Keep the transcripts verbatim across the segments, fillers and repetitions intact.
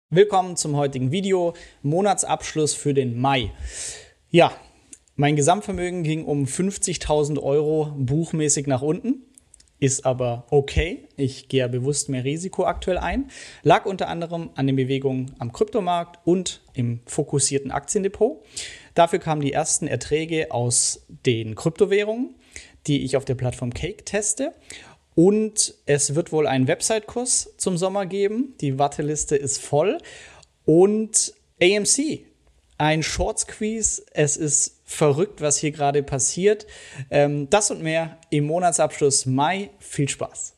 Willkommen zum heutigen Video, Monatsabschluss für den Mai. Ja, mein Gesamtvermögen ging um fünfzigtausend Euro buchmäßig nach unten, ist aber okay. Ich gehe ja bewusst mehr Risiko aktuell ein. Lag unter anderem an den Bewegungen am Kryptomarkt und im fokussierten Aktiendepot. Dafür kamen die ersten Erträge aus den Kryptowährungen, die ich auf der Plattform Cake teste. Und es wird wohl einen Website-Kurs zum Sommer geben. Die Warteliste ist voll. Und A M C, ein Short-Squeeze. Es ist verrückt, was hier gerade passiert. Ähm, das und mehr im Monatsabschluss Mai. Viel Spaß!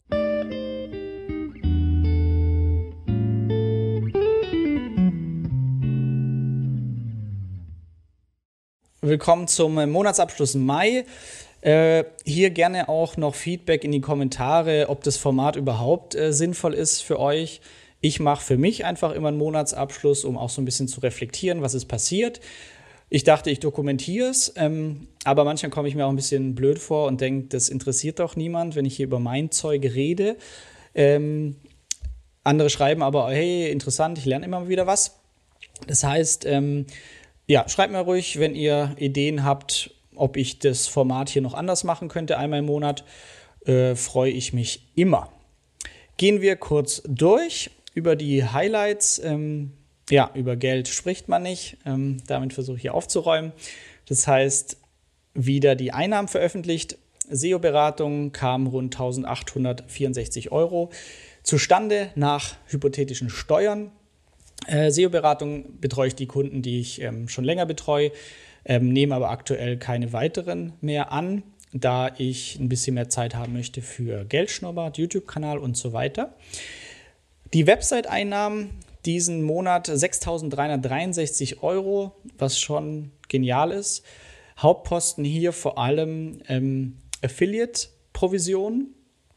Willkommen zum Monatsabschluss Mai. Äh, hier gerne auch noch Feedback in die Kommentare, ob das Format überhaupt äh, sinnvoll ist für euch. Ich mache für mich einfach immer einen Monatsabschluss, um auch so ein bisschen zu reflektieren, was ist passiert. Ich dachte, ich dokumentiere es, ähm, aber manchmal komme ich mir auch ein bisschen blöd vor und denke, das interessiert doch niemand, wenn ich hier über mein Zeug rede. Ähm, andere schreiben aber, hey, interessant, ich lerne immer wieder was. Das heißt, ähm, ja, schreibt mir ruhig, wenn ihr Ideen habt, ob ich das Format hier noch anders machen könnte, einmal im Monat, äh, freue ich mich immer. Gehen wir kurz durch über die Highlights. Ähm, ja, über Geld spricht man nicht. Ähm, damit versuche ich hier aufzuräumen. Das heißt, wieder die Einnahmen veröffentlicht. S E O-Beratung kam rund eintausendachthundertvierundsechzig Euro zustande nach hypothetischen Steuern. Äh, S E O-Beratung betreue ich die Kunden, die ich ähm, schon länger betreue. Ähm, nehme aber aktuell keine weiteren mehr an, da ich ein bisschen mehr Zeit haben möchte für Geldschnurrbart, YouTube-Kanal und so weiter. Die Website-Einnahmen diesen Monat sechstausenddreihundertdreiundsechzig Euro, was schon genial ist. Hauptposten hier vor allem ähm, Affiliate-Provisionen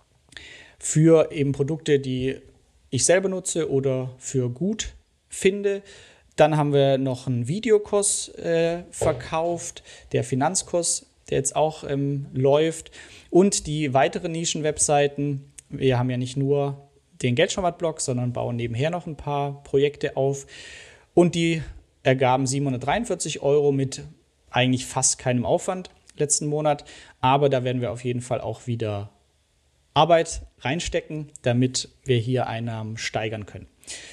für eben Produkte, die ich selber nutze oder für gut finde. Dann haben wir noch einen Videokurs äh, verkauft, der Finanzkurs, der jetzt auch ähm, läuft. Und die weiteren Nischen-Webseiten. Wir haben ja nicht nur den Geldschnurrbart-Blog, sondern bauen nebenher noch ein paar Projekte auf. Und die ergaben siebenhundertdreiundvierzig Euro mit eigentlich fast keinem Aufwand letzten Monat. Aber da werden wir auf jeden Fall auch wieder Arbeit reinstecken, damit wir hier Einnahmen steigern können.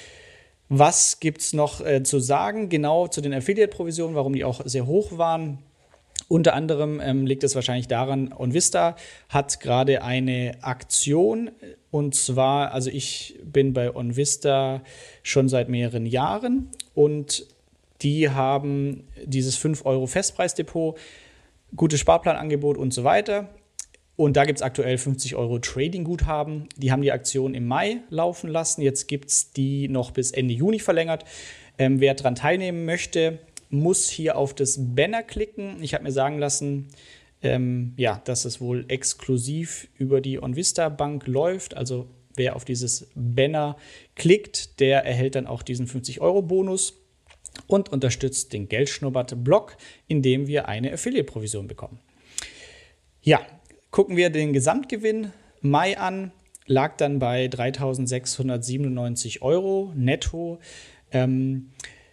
Was gibt es noch äh, zu sagen? Genau zu den Affiliate-Provisionen, warum die auch sehr hoch waren. Unter anderem ähm, liegt es wahrscheinlich daran, OnVista hat gerade eine Aktion. Und zwar, also ich bin bei OnVista schon seit mehreren Jahren und die haben dieses fünf Euro Festpreisdepot, gutes Sparplanangebot und so weiter. Und da gibt es aktuell fünfzig Euro Trading-Guthaben. Die haben die Aktion im Mai laufen lassen. Jetzt gibt es die noch bis Ende Juni verlängert. Ähm, wer daran teilnehmen möchte, muss hier auf das Banner klicken. Ich habe mir sagen lassen, ähm, ja, dass es wohl exklusiv über die OnVista Bank läuft. Also wer auf dieses Banner klickt, der erhält dann auch diesen fünfzig Euro Bonus und unterstützt den Geldschnurrbart-Blog, indem wir eine Affiliate-Provision bekommen. Ja, gucken wir den Gesamtgewinn Mai an, lag dann bei dreitausendsechshundertsiebenundneunzig Euro netto. Ähm,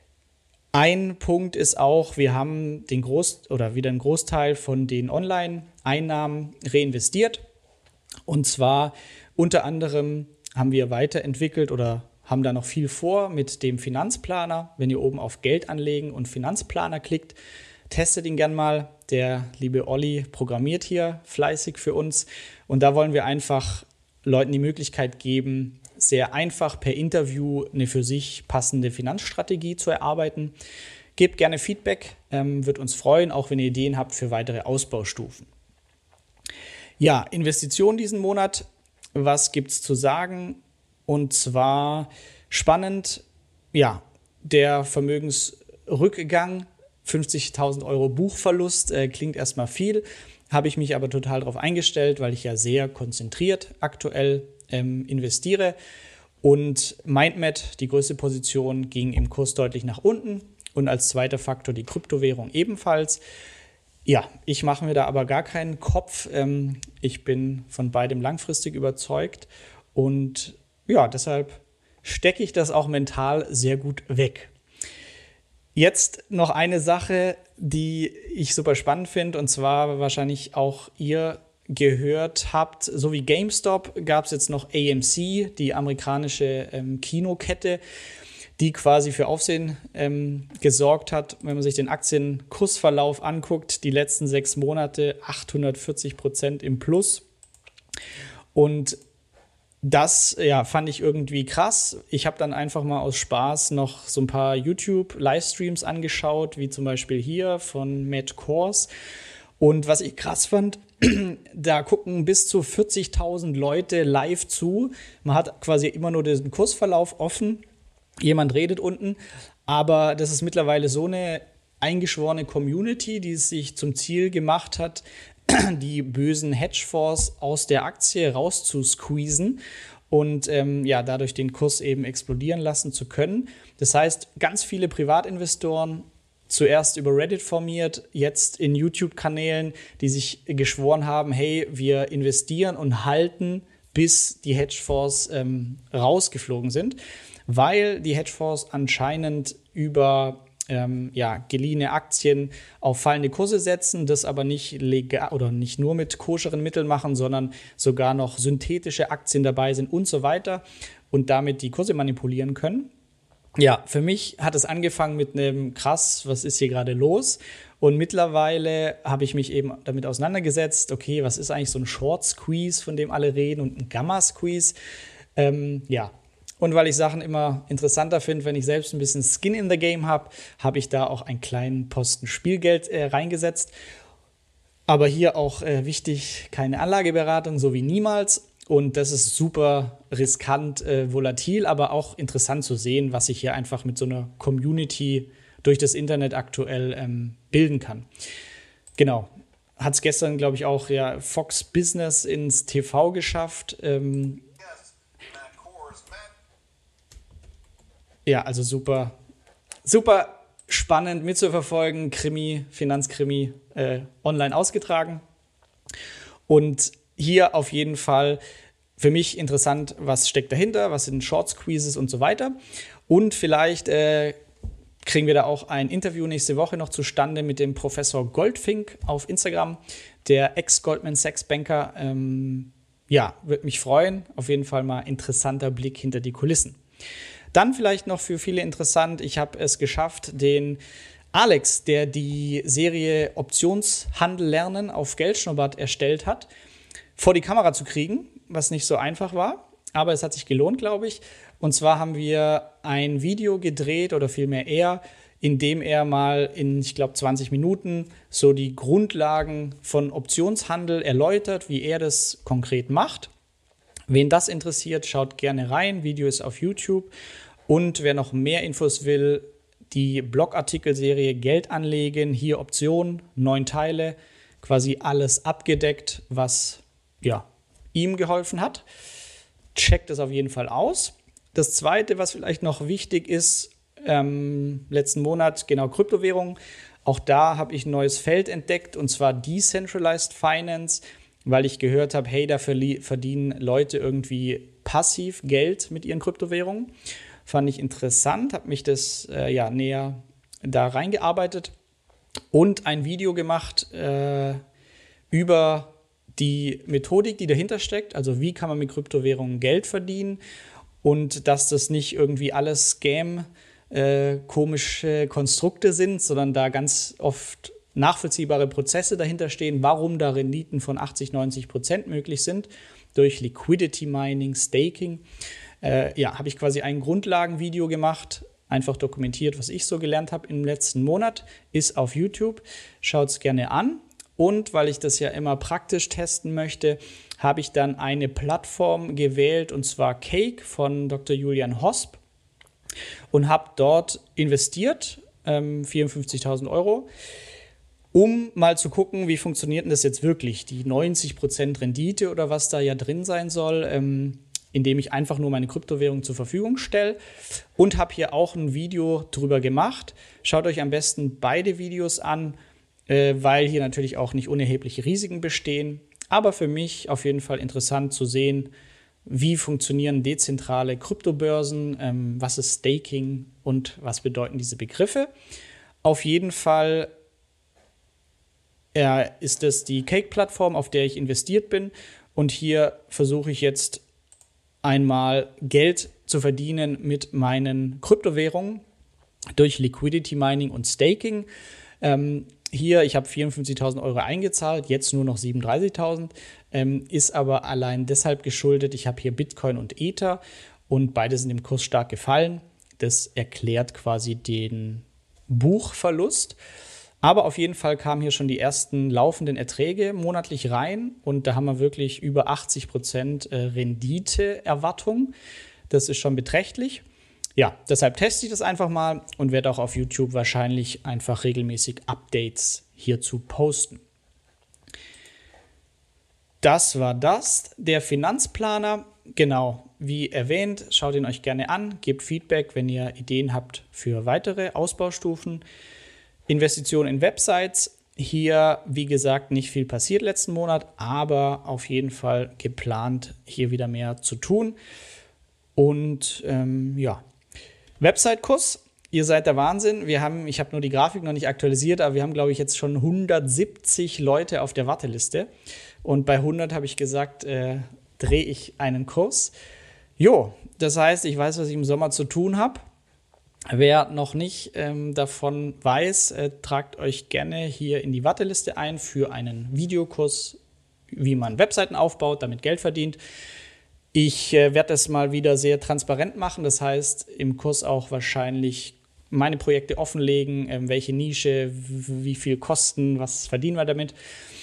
ein Punkt ist auch, wir haben den Groß- oder wieder einen Großteil von den Online-Einnahmen reinvestiert. Und zwar unter anderem haben wir weiterentwickelt oder haben da noch viel vor mit dem Finanzplaner. Wenn ihr oben auf Geld anlegen und Finanzplaner klickt, testet ihn gern mal. Der liebe Olli programmiert hier fleißig für uns. Und da wollen wir einfach Leuten die Möglichkeit geben, sehr einfach per Interview eine für sich passende Finanzstrategie zu erarbeiten. Gebt gerne Feedback, ähm, wird uns freuen, auch wenn ihr Ideen habt für weitere Ausbaustufen. Ja, Investitionen diesen Monat. Was gibt es zu sagen? Und zwar spannend, ja, der Vermögensrückgang. fünfzigtausend Euro Buchverlust äh, klingt erstmal viel, habe ich mich aber total darauf eingestellt, weil ich ja sehr konzentriert aktuell ähm, investiere. Und MindMed, die größte Position, ging im Kurs deutlich nach unten und als zweiter Faktor die Kryptowährung ebenfalls. Ja, ich mache mir da aber gar keinen Kopf. Ähm, ich bin von beidem langfristig überzeugt und ja, deshalb stecke ich das auch mental sehr gut weg. Jetzt noch eine Sache, die ich super spannend finde, und zwar wahrscheinlich auch ihr gehört habt, so wie GameStop gab es jetzt noch A M C, die amerikanische ähm, Kinokette, die quasi für Aufsehen ähm, gesorgt hat. Wenn man sich den Aktienkursverlauf anguckt, die letzten sechs Monate achthundertvierzig Prozent im Plus. Und das ja, fand ich irgendwie krass. Ich habe dann einfach mal aus Spaß noch so ein paar YouTube-Livestreams angeschaut, wie zum Beispiel hier von Matt Kors. Und was ich krass fand, da gucken bis zu vierzigtausend Leute live zu. Man hat quasi immer nur den Kursverlauf offen. Jemand redet unten. Aber das ist mittlerweile so eine eingeschworene Community, die es sich zum Ziel gemacht hat, die bösen Hedgefonds aus der Aktie rauszusqueezen und ähm, ja, dadurch den Kurs eben explodieren lassen zu können. Das heißt, ganz viele Privatinvestoren, zuerst über Reddit formiert, jetzt in YouTube-Kanälen, die sich geschworen haben, hey, wir investieren und halten, bis die Hedgefonds ähm, rausgeflogen sind, weil die Hedgefonds anscheinend über Ähm, ja, geliehene Aktien auf fallende Kurse setzen, das aber nicht legal oder nicht nur mit koscheren Mitteln machen, sondern sogar noch synthetische Aktien dabei sind und so weiter und damit die Kurse manipulieren können. Ja, für mich hat es angefangen mit einem krass, was ist hier gerade los? Und mittlerweile habe ich mich eben damit auseinandergesetzt, okay, was ist eigentlich so ein Short Squeeze, von dem alle reden, und ein Gamma Squeeze? Ähm, ja, Und weil ich Sachen immer interessanter finde, wenn ich selbst ein bisschen Skin in the Game habe, habe ich da auch einen kleinen Posten Spielgeld äh, reingesetzt. Aber hier auch äh, wichtig, keine Anlageberatung, so wie niemals. Und das ist super riskant, äh, volatil, aber auch interessant zu sehen, was sich hier einfach mit so einer Community durch das Internet aktuell ähm, bilden kann. Genau. Hat es gestern, glaube ich, auch ja, Fox Business ins T V geschafft. Ähm, Ja, also super, super spannend mitzuverfolgen. Krimi, Finanzkrimi äh, online ausgetragen. Und hier auf jeden Fall für mich interessant, was steckt dahinter, was sind Short Squeezes und so weiter. Und vielleicht äh, kriegen wir da auch ein Interview nächste Woche noch zustande mit dem Professor Goldfink auf Instagram, der Ex-Goldman Sachs Banker. Ähm, ja, würde mich freuen. Auf jeden Fall mal interessanter Blick hinter die Kulissen. Dann vielleicht noch für viele interessant, ich habe es geschafft, den Alex, der die Serie Optionshandel lernen auf Geldschnurrbart erstellt hat, vor die Kamera zu kriegen, was nicht so einfach war, aber es hat sich gelohnt, glaube ich. Und zwar haben wir ein Video gedreht, oder vielmehr er, in dem er mal in, ich glaube, zwanzig Minuten so die Grundlagen von Optionshandel erläutert, wie er das konkret macht. Wen das interessiert, schaut gerne rein. Video ist auf YouTube. Und wer noch mehr Infos will, die Blogartikelserie Geld anlegen, hier Optionen, neun Teile, quasi alles abgedeckt, was ja, ihm geholfen hat. Checkt es auf jeden Fall aus. Das Zweite, was vielleicht noch wichtig ist, ähm, letzten Monat, genau, Kryptowährungen. Auch da habe ich ein neues Feld entdeckt, und zwar Decentralized Finance, weil ich gehört habe, hey, da verdienen Leute irgendwie passiv Geld mit ihren Kryptowährungen. Fand ich interessant, habe mich das äh, ja, näher da reingearbeitet und ein Video gemacht äh, über die Methodik, die dahinter steckt, also wie kann man mit Kryptowährungen Geld verdienen, und dass das nicht irgendwie alles Scam, äh, komische Konstrukte sind, sondern da ganz oft nachvollziehbare Prozesse dahinter stehen, warum da Renditen von achtzig, neunzig Prozent möglich sind durch Liquidity Mining, Staking. Äh, ja, habe ich quasi ein Grundlagenvideo gemacht, einfach dokumentiert, was ich so gelernt habe im letzten Monat, ist auf YouTube. Schaut es gerne an. Und weil ich das ja immer praktisch testen möchte, habe ich dann eine Plattform gewählt, und zwar Cake von Doktor Julian Hosp, und habe dort investiert, ähm, vierundfünfzigtausend Euro, um mal zu gucken, wie funktioniert denn das jetzt wirklich, die neunzig Prozent Rendite oder was da ja drin sein soll, ähm, indem ich einfach nur meine Kryptowährung zur Verfügung stelle, und habe hier auch ein Video drüber gemacht. Schaut euch am besten beide Videos an, äh, weil hier natürlich auch nicht unerhebliche Risiken bestehen, aber für mich auf jeden Fall interessant zu sehen, wie funktionieren dezentrale Kryptobörsen, ähm, was ist Staking und was bedeuten diese Begriffe. Auf jeden Fall äh, ist es die Cake-Plattform, auf der ich investiert bin. Und hier versuche ich jetzt einmal Geld zu verdienen mit meinen Kryptowährungen durch Liquidity Mining und Staking. Ähm, hier, ich habe vierundfünfzigtausend Euro eingezahlt, jetzt nur noch siebenunddreißigtausend, ähm, ist aber allein deshalb geschuldet, ich habe hier Bitcoin und Ether und beide sind im Kurs stark gefallen. Das erklärt quasi den Buchverlust. Aber auf jeden Fall kamen hier schon die ersten laufenden Erträge monatlich rein und da haben wir wirklich über achtzig Prozent Renditeerwartung. Das ist schon beträchtlich. Ja, deshalb teste ich das einfach mal und werde auch auf YouTube wahrscheinlich einfach regelmäßig Updates hierzu posten. Das war das, der Finanzplaner. Genau, wie erwähnt, schaut ihn euch gerne an, gebt Feedback, wenn ihr Ideen habt für weitere Ausbaustufen. Investitionen in Websites. Hier, wie gesagt, nicht viel passiert letzten Monat, aber auf jeden Fall geplant, hier wieder mehr zu tun. Und ähm, ja, Website-Kurs, ihr seid der Wahnsinn. Wir haben, ich habe nur die Grafik noch nicht aktualisiert, aber wir haben, glaube ich, jetzt schon hundertsiebzig Leute auf der Warteliste. Und bei hundert habe ich gesagt, äh, drehe ich einen Kurs. Jo, das heißt, ich weiß, was ich im Sommer zu tun habe. Wer noch nicht ähm, davon weiß, äh, tragt euch gerne hier in die Warteliste ein für einen Videokurs, wie man Webseiten aufbaut, damit Geld verdient. Ich äh, werde das mal wieder sehr transparent machen, das heißt im Kurs auch wahrscheinlich meine Projekte offenlegen, äh, welche Nische, wie viel kosten, was verdienen wir damit.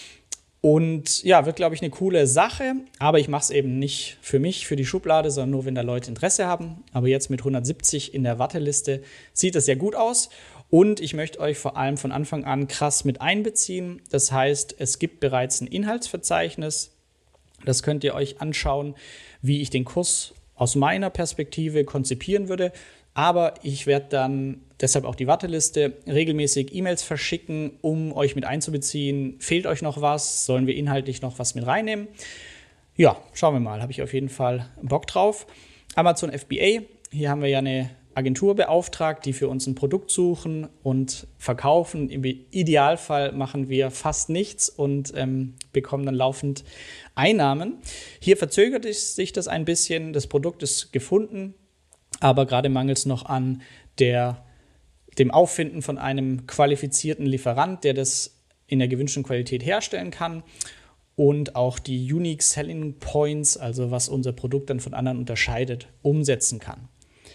Und ja, wird, glaube ich, eine coole Sache, aber ich mache es eben nicht für mich, für die Schublade, sondern nur, wenn da Leute Interesse haben. Aber jetzt mit hundertsiebzig in der Warteliste sieht das sehr gut aus. Und ich möchte euch vor allem von Anfang an krass mit einbeziehen. Das heißt, es gibt bereits ein Inhaltsverzeichnis. Das könnt ihr euch anschauen, wie ich den Kurs aus meiner Perspektive konzipieren würde. Aber ich werde dann, deshalb auch die Warteliste, regelmäßig E-Mails verschicken, um euch mit einzubeziehen. Fehlt euch noch was? Sollen wir inhaltlich noch was mit reinnehmen? Ja, schauen wir mal. Habe ich auf jeden Fall Bock drauf. Amazon F B A. Hier haben wir ja eine Agentur beauftragt, die für uns ein Produkt suchen und verkaufen. Im Idealfall machen wir fast nichts und ähm, bekommen dann laufend Einnahmen. Hier verzögert sich das ein bisschen. Das Produkt ist gefunden, aber gerade mangelt es noch an der, dem Auffinden von einem qualifizierten Lieferant, der das in der gewünschten Qualität herstellen kann und auch die Unique Selling Points, also was unser Produkt dann von anderen unterscheidet, umsetzen kann.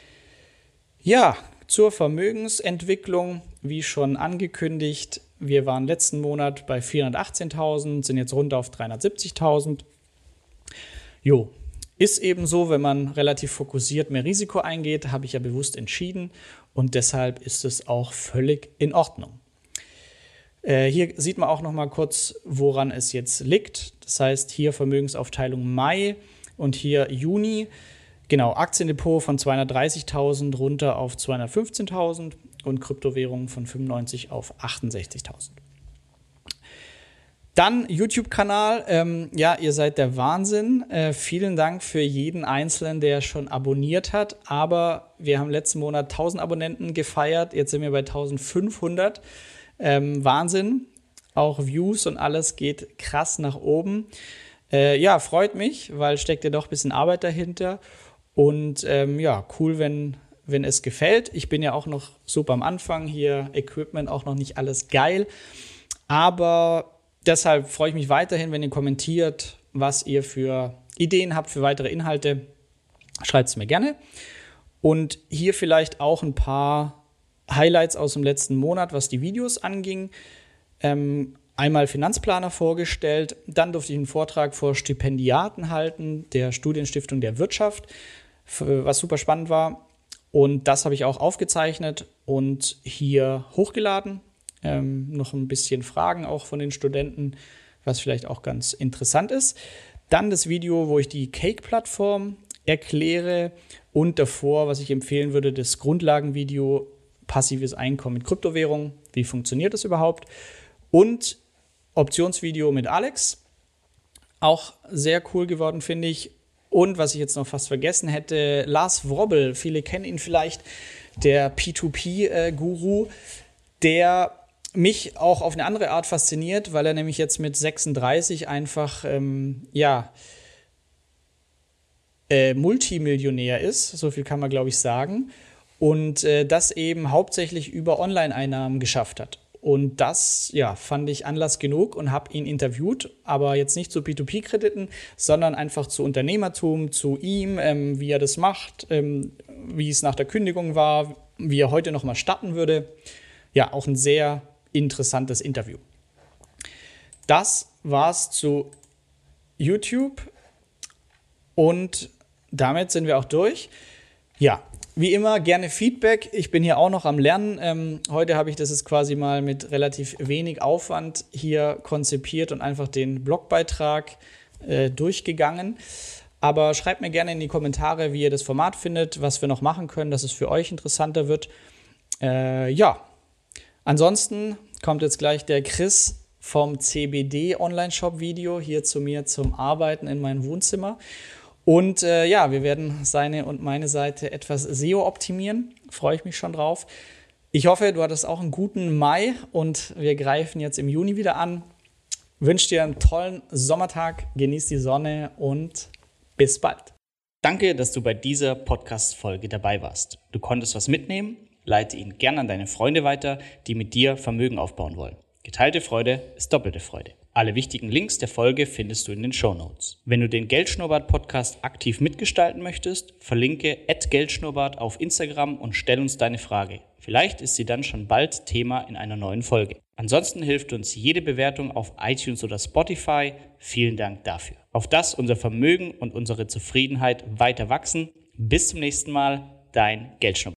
Ja, zur Vermögensentwicklung, wie schon angekündigt, wir waren letzten Monat bei vierhundertachtzehntausend, sind jetzt runter auf dreihundertsiebzigtausend. Jo, ist eben so, wenn man relativ fokussiert mehr Risiko eingeht, habe ich ja bewusst entschieden und deshalb ist es auch völlig in Ordnung. Äh, hier sieht man auch noch mal kurz, woran es jetzt liegt. Das heißt, hier Vermögensaufteilung Mai und hier Juni. Genau, Aktiendepot von zweihundertdreißigtausend runter auf zweihundertfünfzehntausend und Kryptowährungen von fünfundneunzig auf achtundsechzigtausend. Dann YouTube-Kanal. Ähm, ja, ihr seid der Wahnsinn. Äh, vielen Dank für jeden Einzelnen, der schon abonniert hat. Aber wir haben letzten Monat tausend Abonnenten gefeiert. Jetzt sind wir bei eintausendfünfhundert. Ähm, Wahnsinn. Auch Views und alles geht krass nach oben. Äh, ja, freut mich, weil steckt ja doch ein bisschen Arbeit dahinter. Und ähm, ja, cool, wenn, wenn es gefällt. Ich bin ja auch noch super am Anfang hier. Equipment auch noch nicht alles geil. Aber deshalb freue ich mich weiterhin, wenn ihr kommentiert, was ihr für Ideen habt für weitere Inhalte. Schreibt es mir gerne. Und hier vielleicht auch ein paar Highlights aus dem letzten Monat, was die Videos anging. Ähm, einmal Finanzplaner vorgestellt, dann durfte ich einen Vortrag vor Stipendiaten halten, der Studienstiftung der Wirtschaft, was super spannend war. Und das habe ich auch aufgezeichnet und hier hochgeladen. Ähm, noch ein bisschen Fragen auch von den Studenten, was vielleicht auch ganz interessant ist. Dann das Video, wo ich die Cake-Plattform erkläre und davor, was ich empfehlen würde, das Grundlagenvideo passives Einkommen mit Kryptowährung. Wie funktioniert das überhaupt? Und Optionsvideo mit Alex. Auch sehr cool geworden, finde ich. Und was ich jetzt noch fast vergessen hätte, Lars Wrobbel, viele kennen ihn vielleicht, der P zwei P-Guru, der mich auch auf eine andere Art fasziniert, weil er nämlich jetzt mit sechsunddreißig einfach, ähm, ja, äh, Multimillionär ist, so viel kann man, glaube ich, sagen, und äh, das eben hauptsächlich über Online-Einnahmen geschafft hat. Und das, ja, fand ich Anlass genug und habe ihn interviewt, aber jetzt nicht zu P zwei P-Krediten, sondern einfach zu Unternehmertum, zu ihm, ähm, wie er das macht, ähm, wie es nach der Kündigung war, wie er heute noch mal starten würde. Ja, auch ein sehr interessantes Interview. Das war's zu YouTube und damit sind wir auch durch. Ja, wie immer gerne Feedback. Ich bin hier auch noch am Lernen. Ähm, heute habe ich das jetzt quasi mal mit relativ wenig Aufwand hier konzipiert und einfach den Blogbeitrag äh, durchgegangen. Aber schreibt mir gerne in die Kommentare, wie ihr das Format findet, was wir noch machen können, dass es für euch interessanter wird. Äh, ja, ansonsten kommt jetzt gleich der Chris vom C B D-Online-Shop-Video hier zu mir zum Arbeiten in mein Wohnzimmer. Und äh, ja, wir werden seine und meine Seite etwas S E O optimieren. Freue ich mich schon drauf. Ich hoffe, du hattest auch einen guten Mai und wir greifen jetzt im Juni wieder an. Wünsche dir einen tollen Sommertag, genieß die Sonne und bis bald. Danke, dass du bei dieser Podcast-Folge dabei warst. Du konntest was mitnehmen? Leite ihn gerne an deine Freunde weiter, die mit dir Vermögen aufbauen wollen. Geteilte Freude ist doppelte Freude. Alle wichtigen Links der Folge findest du in den Shownotes. Wenn du den Geldschnurrbart-Podcast aktiv mitgestalten möchtest, verlinke at geldschnurrbart auf Instagram und stell uns deine Frage. Vielleicht ist sie dann schon bald Thema in einer neuen Folge. Ansonsten hilft uns jede Bewertung auf iTunes oder Spotify. Vielen Dank dafür. Auf dass unser Vermögen und unsere Zufriedenheit weiter wachsen. Bis zum nächsten Mal, dein Geldschnurrbart.